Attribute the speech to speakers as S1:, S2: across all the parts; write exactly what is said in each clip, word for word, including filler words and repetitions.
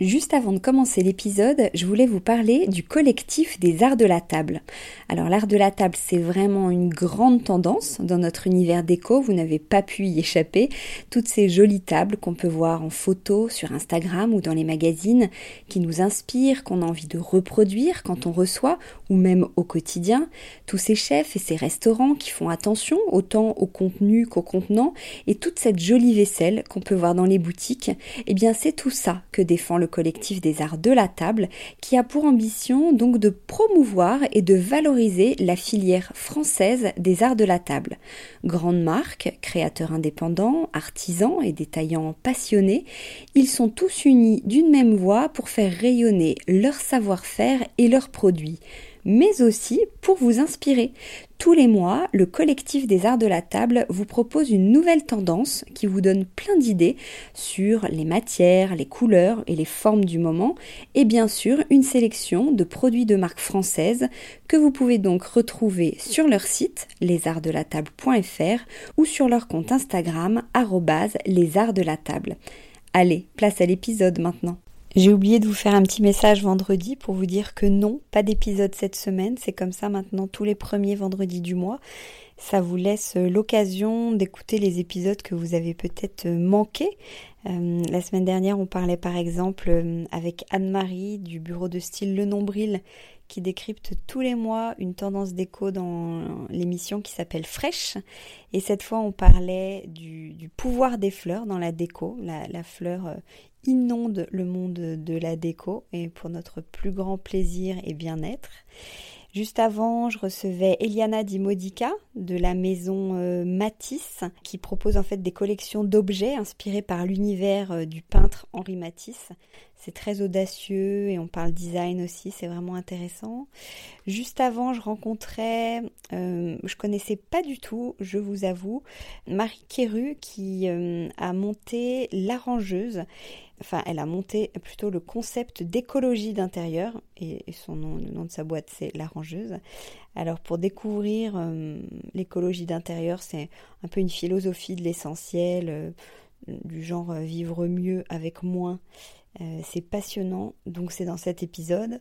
S1: Juste avant de commencer l'épisode, je voulais vous parler du collectif des arts de la table. Alors l'art de la table, c'est vraiment une grande tendance dans notre univers déco, vous n'avez pas pu y échapper. Toutes ces jolies tables qu'on peut voir en photo sur Instagram ou dans les magazines, qui nous inspirent, qu'on a envie de reproduire quand on reçoit, ou même au quotidien. Tous ces chefs et ces restaurants qui font attention autant au contenu qu'au contenant, et toute cette jolie vaisselle qu'on peut voir dans les boutiques, eh bien c'est tout ça que défend le collectif des arts de la table, qui a pour ambition donc de promouvoir et de valoriser la filière française des arts de la table. Grandes marques, créateurs indépendants, artisans et détaillants passionnés, ils sont tous unis d'une même voix pour faire rayonner leur savoir-faire et leurs produits, mais aussi pour vous inspirer. Tous les mois, le collectif des arts de la table vous propose une nouvelle tendance qui vous donne plein d'idées sur les matières, les couleurs et les formes du moment, et bien sûr une sélection de produits de marque française que vous pouvez donc retrouver sur leur site les arts de la table point f r ou sur leur compte Instagram arobase les arts de la table. Allez, place à l'épisode maintenant. J'ai oublié de vous faire un petit message vendredi pour vous dire que non, pas d'épisode cette semaine, c'est comme ça maintenant tous les premiers vendredis du mois. Ça vous laisse l'occasion d'écouter les épisodes que vous avez peut-être manqués. Euh, la semaine dernière, on parlait par exemple euh, avec Anne-Marie du bureau de style Le Nombril qui décrypte tous les mois une tendance déco dans l'émission qui s'appelle Fresh. Et cette fois, on parlait du, du pouvoir des fleurs dans la déco. La, la fleur euh, inonde le monde de la déco et pour notre plus grand plaisir et bien-être. Juste avant, je recevais Eliana Di Modica de la maison euh, Matisse qui propose en fait des collections d'objets inspirés par l'univers euh, du peintre Henri Matisse. C'est très audacieux et on parle design aussi, c'est vraiment intéressant. Juste avant, je rencontrais, euh, je connaissais pas du tout, je vous avoue, Marie Quéru qui euh, a monté L'Arrangeuse. Enfin, elle a monté plutôt le concept d'écologie d'intérieur et, et son nom, le nom de sa boîte, c'est L'Arrangeuse. Alors, pour découvrir euh, l'écologie d'intérieur, c'est un peu une philosophie de l'essentiel, euh, du genre euh, vivre mieux avec moins. Euh, c'est passionnant, donc c'est dans cet épisode.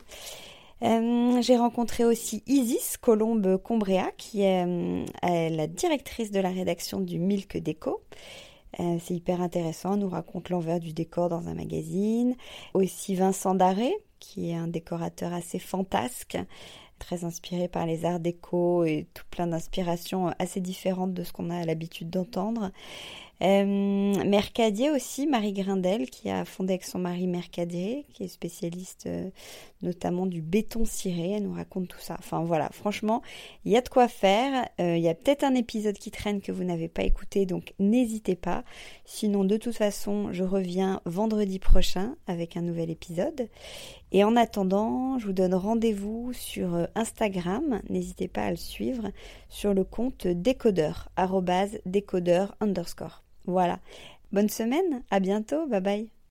S1: Euh, j'ai rencontré aussi Isis Colombe-Combréa, qui est euh, la directrice de la rédaction du Milk Déco. Euh, c'est hyper intéressant, elle nous raconte l'envers du décor dans un magazine. Aussi Vincent Daré, qui est un décorateur assez fantasque, très inspiré par les arts déco et tout plein d'inspirations assez différentes de ce qu'on a l'habitude d'entendre. Euh, Mercadier aussi, Marie Grindel, qui a fondé avec son mari Mercadier, qui est spécialiste euh, notamment du béton ciré, elle nous raconte tout ça. Enfin voilà, franchement, il y a de quoi faire. Euh, il y a peut-être un épisode qui traîne que vous n'avez pas écouté, donc n'hésitez pas. Sinon, de toute façon, je reviens vendredi prochain avec un nouvel épisode. Et en attendant, je vous donne rendez-vous sur Instagram, n'hésitez pas à le suivre, sur le compte décodeur, arobase décodeur underscore. Voilà. Bonne semaine, à bientôt, bye bye.